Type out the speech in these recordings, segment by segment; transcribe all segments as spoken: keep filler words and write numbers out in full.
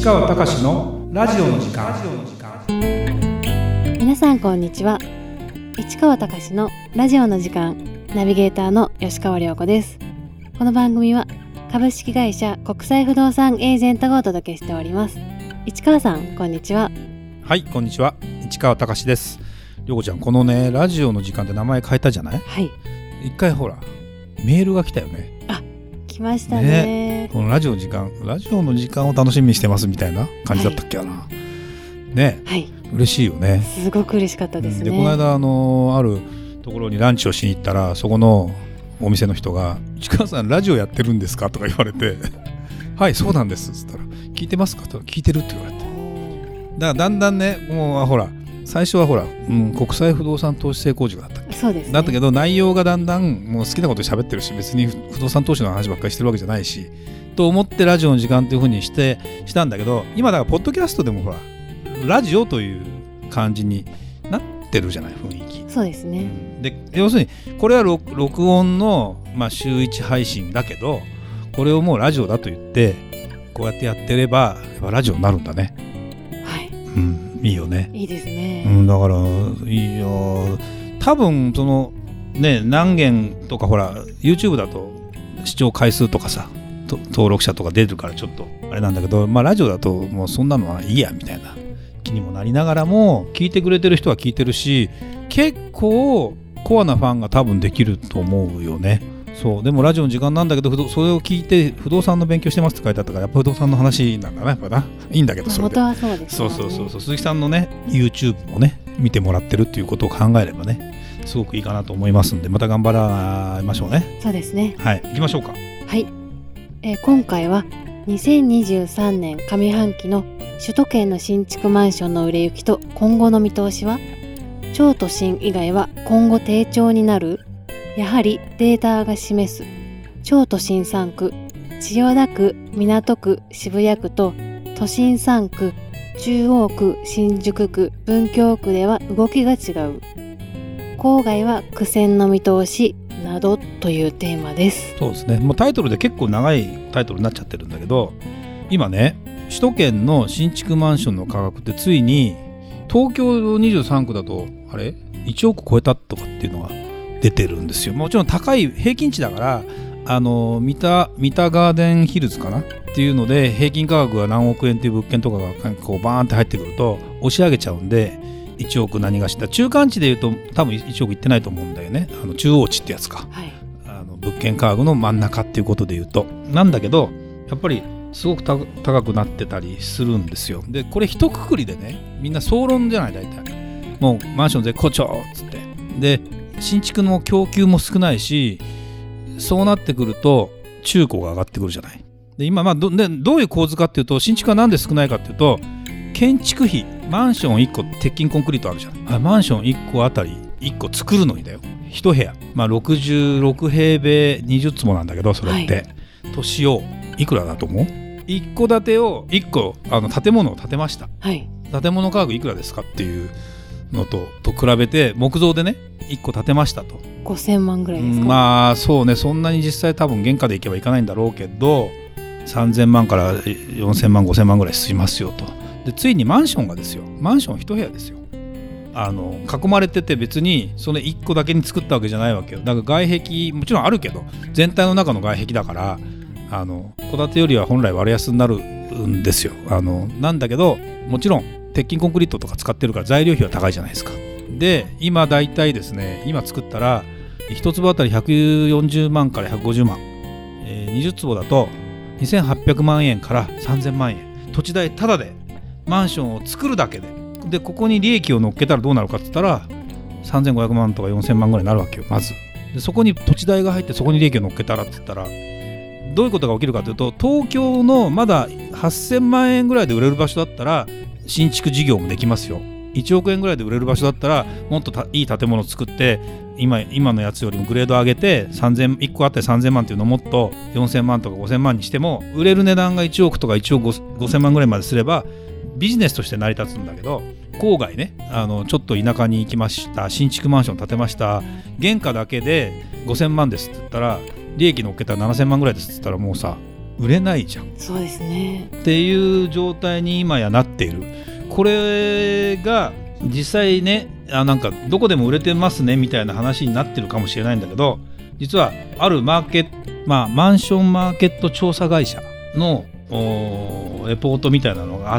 川隆のラジオの時間。 皆さんこんにちは。市川隆のラジオの時間、ナビゲーターの吉川亮子です。この番組は株式会社国際不動産エージェントがお届けしております。市川さん、こんにちは。 はい、こんにちは。市川隆です。亮子ちゃん、このねラジオの時間って名前変えたじゃない？ はい。 一回ほらメールが来たよね。 あ、来ました ね, ね。このラジオの時間ラジオの時間を楽しみにしてますみたいな感じだったっけかな、はい、ね、はい、嬉しいよね。 すごく嬉しかったですね。 でこの間あのあるところにランチをしに行ったら、そこのお店の人が市川さんラジオやってるんですかとか言われてはいそうなんですっつったら、聞いてますかと聞いてるって言われて、だからだんだんね、もうほら最初はほら、うん、国際不動産投資成功塾だったっけ。 そうですね。 だったけど内容がだんだんもう好きなこと喋ってるし、別に不動産投資の話ばっかりしてるわけじゃないしと思ってラジオの時間っていう風にしてしたんだけど、今だからポッドキャストでもほらラジオという感じになってるじゃない、雰囲気。 そうですね。 で要するにこれは 録, 録音の、まあ、週いち配信だけど、これをもうラジオだと言ってこうやってやってればやっぱラジオになるんだね。 はい、 うん、いいよね。 いいですね、 うん、だからいいよ。多分そのね、何件とかほら YouTube だと視聴回数とかさと登録者とか出るからちょっとあれなんだけど、まあラジオだともうそんなのはいいやみたいな気にもなりながらも、聞いてくれてる人は聞いてるし、結構コアなファンが多分できると思うよね。そうでもラジオの時間なんだけど、それを聞いて不動産の勉強してますって書いてあったから、やっぱ不動産の話なんだな、やっぱな。いいんだけど、それで元はそうですよね。 そうそうそう、鈴木さんのね YouTube もね見てもらってるっていうことを考えればね、すごくいいかなと思いますんで、また頑張らましょうね。 そうですね。 はい、行きましょうか。 はい、えー、今回はにせんにじゅうさんねん上半期の首都圏の新築マンションの売れ行きと今後の見通しは、超都心以外は今後低調になる、やはりデータが示す超都心さん区、千代田区、港区、渋谷区と都心さん区、中央区、新宿区、文京区では動きが違う、郊外は苦戦の見通しなどというテーマです。 そうですね。もうタイトルで結構長いタイトルになっちゃってるんだけど、今ね首都圏の新築マンションの価格ってついに東京にじゅうさんくだとあれいちおく超えたとかっていうのが出てるんですよ。もちろん高い平均値だから、あの三田三田ガーデンヒルズかなっていうので平均価格が何億円っていう物件とかがこうバーンって入ってくると押し上げちゃうんで、いちおく何がした、中間値でいうと多分いちおくいってないと思うんだよね。あの中央値ってやつか、はい、あの物件価格の真ん中っていうことでいうとなんだけど、やっぱりすごく高くなってたりするんですよ。でこれ一括りでね、みんな総論じゃない、大体もうマンション絶好調っつって、で新築の供給も少ないし、そうなってくると中古が上がってくるじゃない。で今まあ ど, でどういう構図かっていうと、新築はなんで少ないかっていうと、建築費、マンションいっこ鉄筋コンクリートあるじゃん。あマンションいっこあたりいっこ作るのにだよ、いち部屋、まあ、ろくじゅうろくへいべいにじゅっつぼなんだけど、それって、はい、年をいくらだと思う？一戸建てをいっこあの建物を建てました、はい、建物価格いくらですかっていうの と, と比べて、木造でねいっこ建てましたとごせんまんぐらいですか。 まあそうね、そんなに実際多分原価でいけばいかないんだろうけど、さんぜんまんからよんせんまんごせんまんぐらいしますよと。でついにマンションがですよ、マンションいち部屋ですよ、あの囲まれてて、別にそのいっこだけに作ったわけじゃないわけよ。だから外壁もちろんあるけど、全体の中の外壁だから、あの戸建てよりは本来割安になるんですよ。あのなんだけど、もちろん鉄筋コンクリートとか使ってるから材料費は高いじゃないですか。で今だいたいですね、今作ったら一坪あたりひゃくよんじゅうまんからひゃくごじゅうまん、えー、にじゅっつぼだとにせんはっぴゃくまんえんからさんぜんまんえん、土地代タダでマンションを作るだけで、でここに利益を乗っけたらどうなるかって言ったらさんぜんごひゃくまんとかよんせんまんぐらいになるわけよ。まずでそこに土地代が入って、そこに利益を乗っけたらって言ったらどういうことが起きるかというと、東京のまだはっせんまんえんぐらいで売れる場所だったら新築事業もできますよ。いちおくえんぐらいで売れる場所だったらもっといい建物を作って、 今, 今のやつよりもグレード上げてさんぜんいっこあったりさんぜんまんっていうのをもっとよんせんまんとかごせんまんにしても、売れる値段がいちおくとかいちおくごせんまんぐらいまですればビジネスとして成り立つんだけど、郊外ね、あのちょっと田舎に行きました、新築マンション建てました、原価だけでごせんまんですって言ったら利益乗っけたらななせんまんぐらいですって言ったら、もうさ売れないじゃん。 そうですねっていう状態に今やなっている。これが実際ね、あなんかどこでも売れてますねみたいな話になってるかもしれないんだけど、実はあるマーケット、まあ、マンションマーケット調査会社のレポートみたいなのがあって、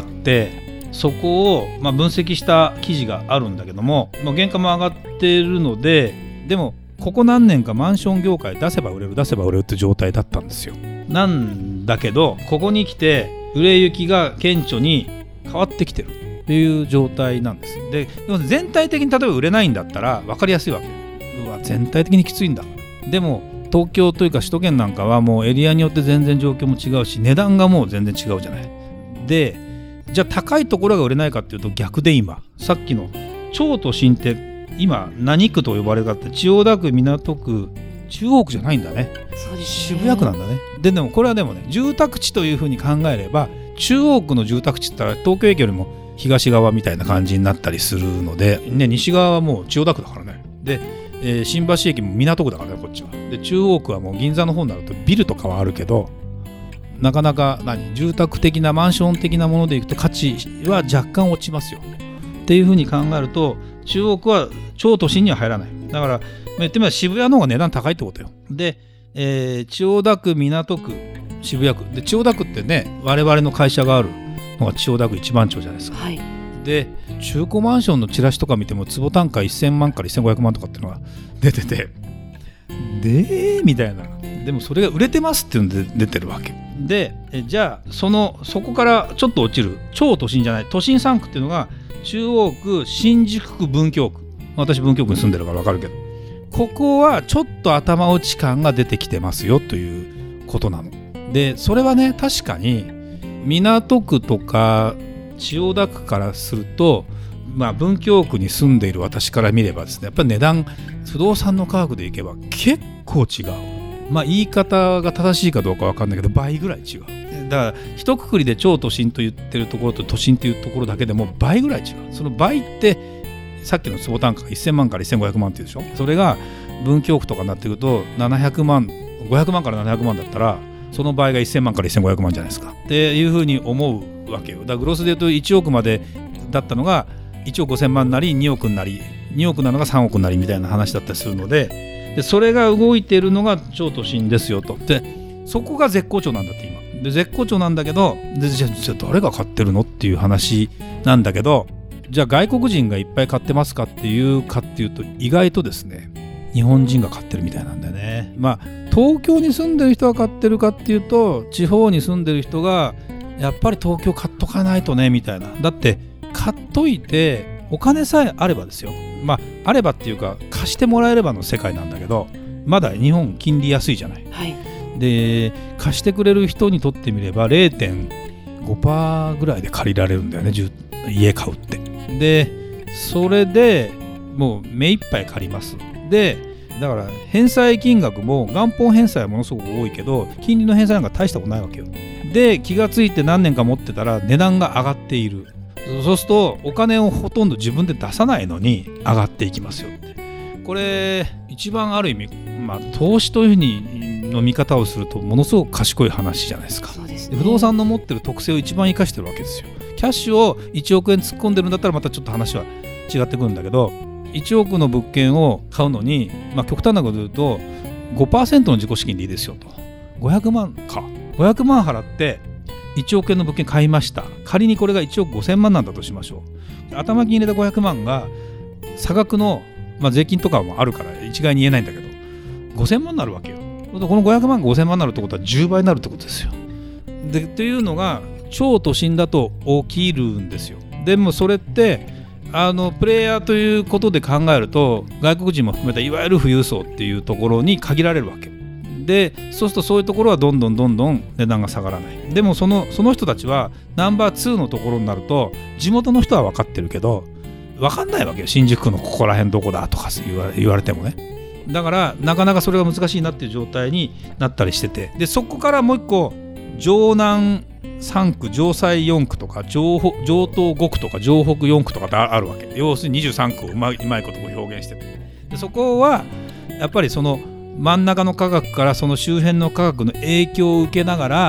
そこをまあ分析した記事があるんだけども、まあ、原価も上がっているので、でもここ何年かマンション業界出せば売れる出せば売れるって状態だったんですよ。なんだけどここに来て売れ行きが顕著に変わってきてるっていう状態なんです。で、でも全体的に例えば売れないんだったら分かりやすいわけ。うわ全体的にきついんだ。でも東京というか首都圏なんかはもうエリアによって全然状況も違うし、値段がもう全然違うじゃない。でじゃあ高いところが売れないかっていうと逆で、今さっきの超都心って今何区と呼ばれるかって千代田区、港区、中央区じゃないんだね。 そうですね、 渋谷区なんだね。ででもこれはでもね、住宅地というふうに考えれば中央区の住宅地って言ったら東京駅よりも東側みたいな感じになったりするので、ね、西側はもう千代田区だからね。で、えー、新橋駅も港区だからね、こっちは。で中央区はもう銀座の方になるとビルとかはあるけど、なかなか何住宅的なマンション的なものでいくと価値は若干落ちますよっていうふうに考えると、中央区は超都心には入らない。だから言ってみれば渋谷の方が値段高いってことよ。で、えー、千代田区、港区、渋谷区で、千代田区ってね、我々の会社があるのが千代田区一番町じゃないですか、 はい、 で中古マンションのチラシとか見ても坪単価せんまんからせんごひゃくまんとかっていうのが出てて、でみたいな。でもそれが売れてますっていうので出てるわけで、えじゃあそのそこからちょっと落ちる超都心じゃない都心さん区っていうのが中央区、新宿区、文京区。私文京区に住んでるから分かるけど、ここはちょっと頭打ち感が出てきてますよということなので、それはね確かに港区とか千代田区からすると、まあ、文京区に住んでいる私から見ればですね、やっぱり値段、不動産の価格でいけば結構違う。まあ言い方が正しいかどうか分かんないけど倍ぐらい違う。だから一括りで超都心と言ってるところと都心というところだけでも倍ぐらい違う。その倍ってさっきの坪単価がせんまんからせんごひゃくまんっていうでしょ。それが文京区とかになってくるとななひゃくまん、ごひゃくまんからななひゃくまんだったら、その倍がせんまんからせんごひゃくまんじゃないですかっていうふうに思うわけよ。だからグロスで言うといちおくまでだったのがいちおくごせんまんなりにおくになり、におくなのがさんおくになりみたいな話だったりするので、でそれが動いているのが超都心ですよと。でそこが絶好調なんだって今で、絶好調なんだけど、でじゃあ誰が買ってるのっていう話なんだけど、じゃあ外国人がいっぱい買ってますかっていうかっていうと、意外とですね日本人が買ってるみたいなんだよね。まあ東京に住んでる人が買ってるかっていうと、地方に住んでる人がやっぱり東京買っとかないとねみたいな。だって買っといてお金さえあればですよ、まああればっていうか貸してもらえればの世界なんだけど、まだ日本金利安いじゃない、 はい、 で貸してくれる人にとってみれば れいてんごパーセント ぐらいで借りられるんだよね、家買うって。でそれでもう目いっぱい借ります。でだから返済金額も元本返済はものすごく多いけど、金利の返済なんか大したことないわけよ。で気がついて何年か持ってたら値段が上がっている。そうするとお金をほとんど自分で出さないのに上がっていきますよって。これ一番ある意味、まあ、投資というふうにの見方をするとものすごく賢い話じゃないですか。 そうですね、 不動産の持ってる特性を一番生かしてるわけですよ。キャッシュをいちおくえん突っ込んでるんだったらまたちょっと話は違ってくるんだけど、いちおくの物件を買うのに、まあ、極端なこと言うと ごパーセント の自己資金でいいですよと。ごひゃくまんかごひゃくまん払っていちおくえんの物件買いました。仮にこれがいちおくごせんまんなんだとしましょう。頭金入れたごひゃくまんが差額の、まあ、税金とかもあるから一概に言えないんだけどごせんまんになるわけよ。このごひゃくまんがごせんまんになるってことはじゅうばいになるってことですよ。でっていうのが超都心だと起きるんですよ。でもそれってあのプレイヤーということで考えると外国人も含めたいわゆる富裕層っていうところに限られるわけで、そうするとそういうところはどんどんどんどん値段が下がらない。でもそのその人たちはナンバーツーのところになると地元の人は分かってるけど分かんないわけよ。新宿区のここら辺どこだとか言われ、言われてもね。だからなかなかそれが難しいなっていう状態になったりしてて、でそこからもう一個城南さんく、城西よんくとか 上, 上東ごくとか城北よんくとかってあるわけ。要するににじゅうさんくをうまい、うまいこと表現してて、でそこはやっぱりその真ん中の価格からその周辺の価格の影響を受けながら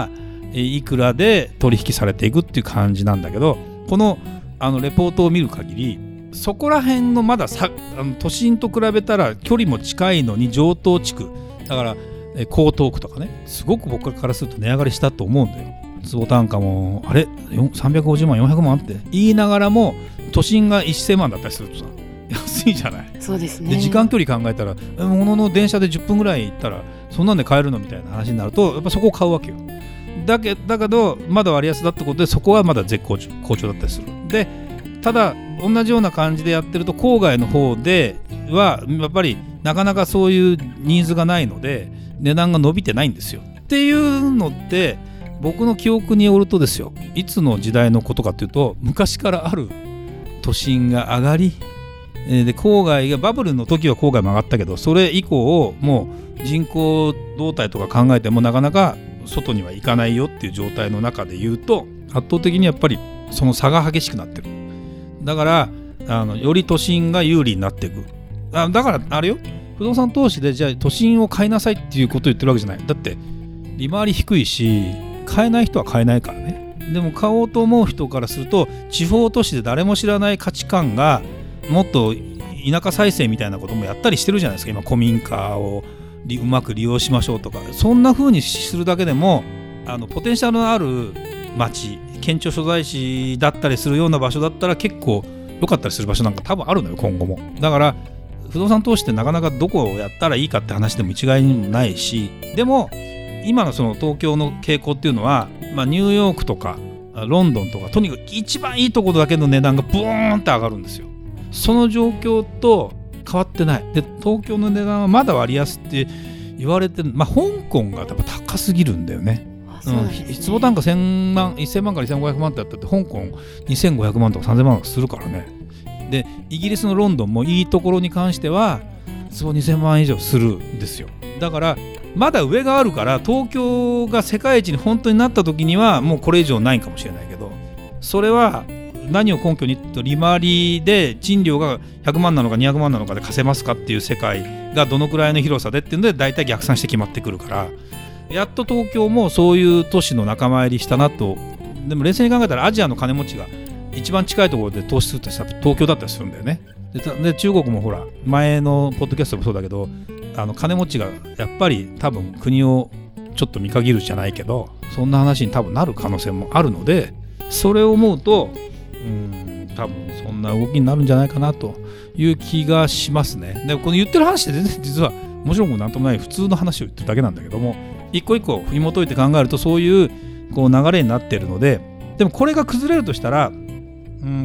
いくらで取引されていくっていう感じなんだけど、このあのレポートを見る限りそこら辺のまださあの都心と比べたら距離も近いのに上東地区だから江東区とかね、すごく僕からすると値上がりしたと思うんだよ。坪単価もあれさんびゃくごじゅうまんよんひゃくまんって言いながらも都心がせんまんだったりするとさ安いじゃない。 そうですね。 で時間距離考えたらものの電車でじゅっぷんぐらい行ったらそんなんで買えるのみたいな話になるとやっぱそこを買うわけよ。だけだけどまだ割安だってことでそこはまだ絶好調好調だったりする。でただ同じような感じでやってると郊外の方ではやっぱりなかなかそういうニーズがないので値段が伸びてないんですよ。っていうのって僕の記憶によるとですよ、いつの時代のことかというと昔からある都心が上がりで郊外がバブルの時は郊外も上がったけどそれ以降もう人口動態とか考えてもなかなか外には行かないよっていう状態の中で言うと圧倒的にやっぱりその差が激しくなってる。だからあのより都心が有利になっていく。あだからあれよ、不動産投資でじゃあ都心を買いなさいっていうことを言ってるわけじゃない。だって利回り低いし買えない人は買えないからね。でも買おうと思う人からすると地方都市で誰も知らない価値観がもっと田舎再生みたいなこともやったりしてるじゃないですか。今古民家をうまく利用しましょうとか、そんな風にするだけでもあのポテンシャルのある町、県庁所在地だったりするような場所だったら結構良かったりする場所なんか多分あるのよ今後も。だから不動産投資ってなかなかどこをやったらいいかって話でも一概にもないし、でも今のその東京の傾向っていうのは、まあ、ニューヨークとかロンドンとかとにかく一番いいところだけの値段がブーンって上がるんですよ。その状況と変わってない。で東京の値段はまだ割安って言われてる、まあ、香港が多分高すぎるんだよね。坪単価せんまんいっせんまんからせんごひゃくまんってやったって香港にせんごひゃくまんとかさんぜんまんするからね。でイギリスのロンドンもいいところに関しては坪にせんまん以上するんですよ。だからまだ上があるから東京が世界一に本当になった時にはもうこれ以上ないかもしれないけど、それは何を根拠にと利回りで賃料がひゃくまんなのかにひゃくまんなのかで貸せますかっていう世界がどのくらいの広さでっていうので大体逆算して決まってくるから、やっと東京もそういう都市の仲間入りしたなと。でも冷静に考えたらアジアの金持ちが一番近いところで投資するとしたら東京だったりするんだよね。 で, で中国もほら前のポッドキャストもそうだけどあの金持ちがやっぱり多分国をちょっと見限るじゃないけどそんな話に多分なる可能性もあるので、それを思うとうーん多分そんな動きになるんじゃないかなという気がしますね。でこの言ってる話って全然実は面白くもなんともない普通の話を言ってるだけなんだけども、一個一個紐解いて考えるとそういうこう流れになっているので、でもこれが崩れるとしたら、うん、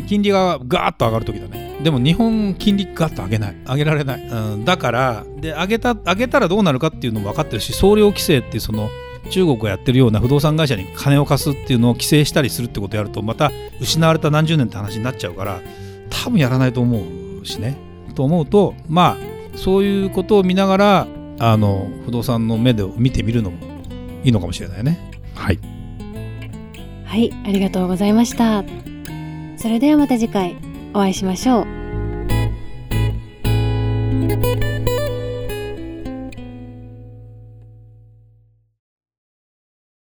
金利がガーッと上がる時だね。でも日本金利ガーッと上げない上げられない、うん、だからで上げた上げたらどうなるかっていうのも分かってるし、総量規制っていうその中国がやってるような不動産会社に金を貸すっていうのを規制したりするってことをやるとまた失われた何十年って話になっちゃうから多分やらないと思うしね。と思うとまあそういうことを見ながらあの不動産の目で見てみるのもいいのかもしれないね。はいはい、ありがとうございました。それではまた次回お会いしましょう。